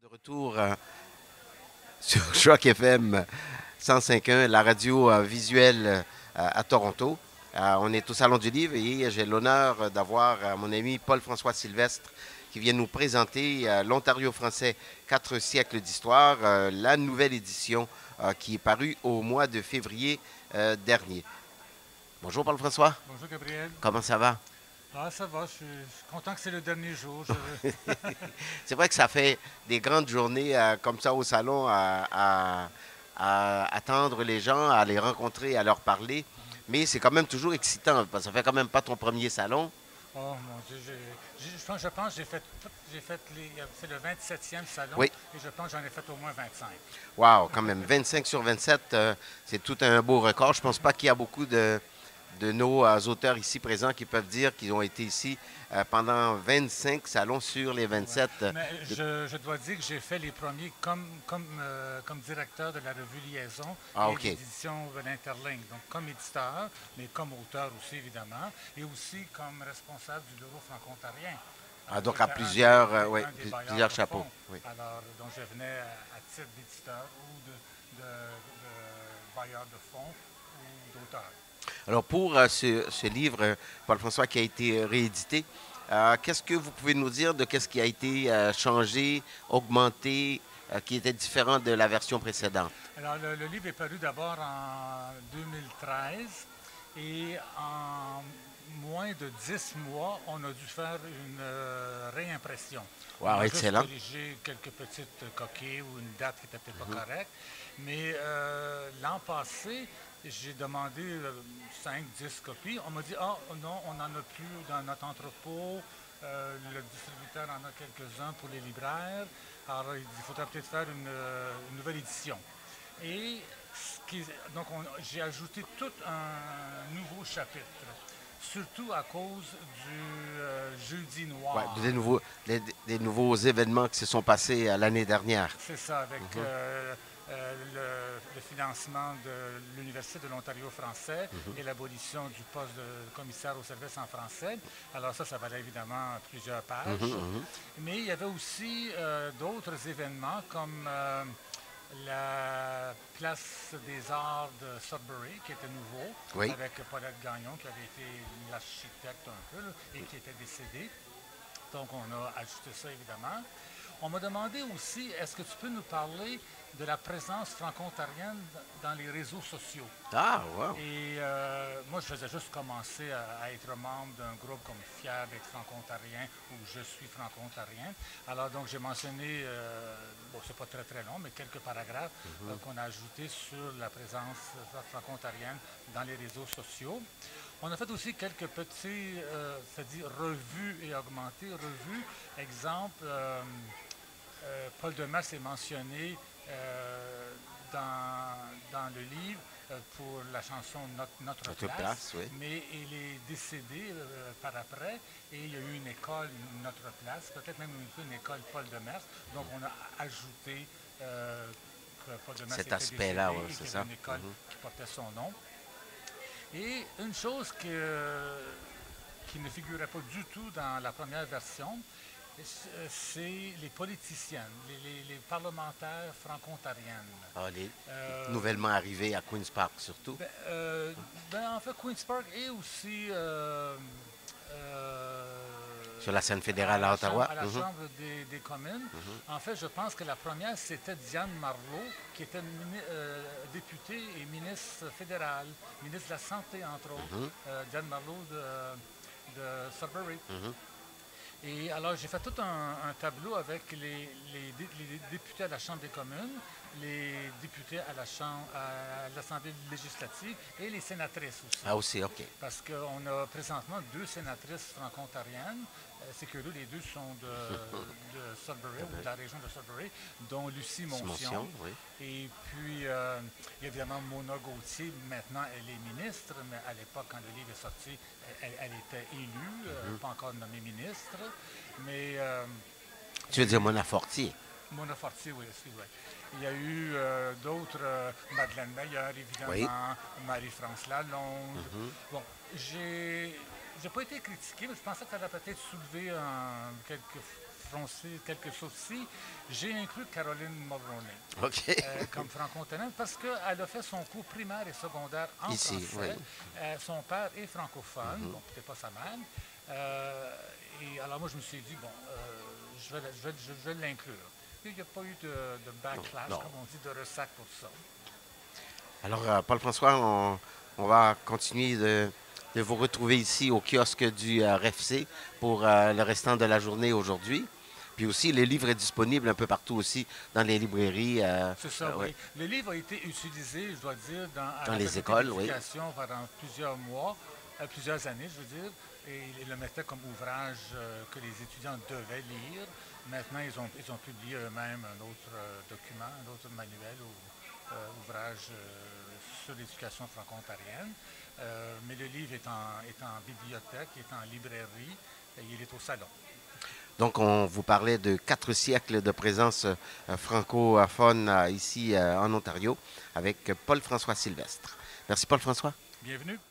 De retour sur Choc FM 105.1, la radio visuelle à Toronto. On est au Salon du Livre et j'ai l'honneur d'avoir mon ami Paul-François Sylvestre qui vient nous présenter l'Ontario français 4 siècles d'histoire, la nouvelle édition qui est parue au mois de février dernier. Bonjour Paul-François, Bonjour Gabriel. comment ça va? Ah, ça va, je suis content que c'est le dernier jour. C'est vrai que ça fait des grandes journées comme ça au salon à attendre les gens, à les rencontrer, à leur parler. Mais c'est quand même toujours excitant parce que ça fait quand même pas ton premier salon. Oh mon Dieu, je pense que j'ai fait c'est le 27e salon Oui, et je pense que j'en ai fait au moins 25. wow, quand même 25 sur 27, c'est tout un beau record. Je pense pas qu'il y a beaucoup de nos auteurs ici présents qui peuvent dire qu'ils ont été ici pendant 25 salons sur les Ouais. 27. Mais je dois dire que j'ai fait les premiers comme directeur de la revue Liaison Ah, et OK. d'édition l'Interligne. Donc comme éditeur, mais comme auteur aussi évidemment, et aussi comme responsable du bureau franco-ontarien. Ah, donc à J'étais plusieurs, ouais, un des bailleurs plusieurs de chapeaux. fonds. Oui. Alors, donc je venais à titre d'éditeur ou de bailleur de fonds ou d'auteur. Alors pour ce livre, Paul-François, qui a été réédité, qu'est-ce que vous pouvez nous dire de qu'est-ce qui a été changé, augmenté, qui était différent de la version précédente? Alors, le livre est paru d'abord en 2013 et en moins de 10 mois, on a dû faire une réimpression. On Wow, a juste excellent. corrigé quelques petites coquilles ou une date qui n'était peut-être pas correcte. Mais l'an passé, j'ai demandé 5-10 copies. On m'a dit, ah non, on n'en a plus dans notre entrepôt. Le distributeur en a quelques-uns pour les libraires. Alors, il faudrait peut-être faire une nouvelle édition. Et donc, j'ai ajouté tout un nouveau chapitre, surtout à cause du jeudi Ouais, noir. des nouveaux événements qui se sont passés l'année dernière. C'est ça, avec le financement de l'Université de l'Ontario français et l'abolition du poste de commissaire au service en français. Alors ça valait évidemment plusieurs pages. Mais il y avait aussi d'autres événements comme la place des arts de Sudbury, qui était nouveau, Oui. avec Paulette Gagnon, qui avait été l'architecte un peu, là, et qui était décédée. Donc, on a ajouté ça, évidemment. On m'a demandé aussi, est-ce que tu peux nous parler de la présence franco-ontarienne dans les réseaux sociaux? Ah, wow. Et moi, je faisais juste commencer à être membre d'un groupe comme Fier d'être franco-ontarien ou Je suis franco-ontarien. Alors, donc, j'ai mentionné, bon, c'est pas très très long, mais quelques paragraphes qu'on a ajoutés sur la présence franco-ontarienne dans les réseaux sociaux. On a fait aussi quelques petits, c'est-à-dire revues et augmentées. Revues, exemple, Paul Demers est mentionné dans le livre pour la chanson Notre Notre place, place, oui. mais il est décédé par après et il y a eu une école Notre place, peut-être même une école Paul Demers. Donc on a ajouté que Paul Demers Cet était décédé aspect-là, ouais, et c'est qu'il y ça. avait une école qui portait son nom. Et une chose qui ne figurait pas du tout dans la première version, c'est les politiciennes, les parlementaires franco-ontariennes. Ah, les Euh, nouvellement arrivés à Queen's Park, surtout. en fait, Queen's Park est aussi Sur la scène fédérale à Ottawa. à la Chambre des communes. En fait, je pense que la première, c'était Diane Marleau, qui était députée et ministre fédérale, ministre de la Santé, entre autres. Diane Marleau de Sudbury. Et alors, j'ai fait tout un tableau avec les députés à la Chambre des communes, les députés à à l'Assemblée législative et les sénatrices aussi. Ah, aussi, OK. Parce qu'on a présentement deux sénatrices franco-ontariennes. C'est que les deux sont de Sudbury, ou de la région de Sudbury, dont Lucie Montion. Oui. Et puis, évidemment, Mona Gauthier, maintenant, elle est ministre, mais à l'époque, quand le livre est sorti, elle était élue, pas encore nommée ministre. Mais. Tu veux dire Mona Fortier? Mona Fortier, oui, excuse-moi. Il y a eu d'autres, Madeleine Meilleur, évidemment, Oui. Marie-France Lalonde. Bon, j'ai pas été critiqué, mais je pensais que ça allait peut-être soulever quelques froncer quelque chose ici, j'ai inclus Caroline Mulroney OK. comme franco-ontarienne parce qu'elle a fait son cours primaire et secondaire en Ici, français. oui. Son père est francophone, bon, peut-être pas sa mère. Et alors moi, je me suis dit, bon, je vais l'inclure. Il n'y a pas eu de backlash, Non. comme on dit, de ressac pour ça. Alors, Paul-François, on va continuer de vous retrouver ici au kiosque du RFC pour le restant de la journée aujourd'hui. Puis aussi, le livre est disponible un peu partout aussi dans les librairies. C'est ça, oui. Ouais, Le livre a été utilisé, je dois dire, à dans la les faculté écoles, oui. d'éducation pendant plusieurs mois, plusieurs années, je veux dire, et ils le mettaient comme ouvrage que les étudiants devaient lire. Maintenant, ils ont publié eux-mêmes un autre document, un autre manuel ou ouvrage sur l'éducation franco-ontarienne. Mais le livre est en bibliothèque, est en librairie, et il est au salon. Donc, on vous parlait de 4 siècles de présence francophone ici en Ontario avec Paul-François Sylvestre. Merci, Paul-François. Bienvenue.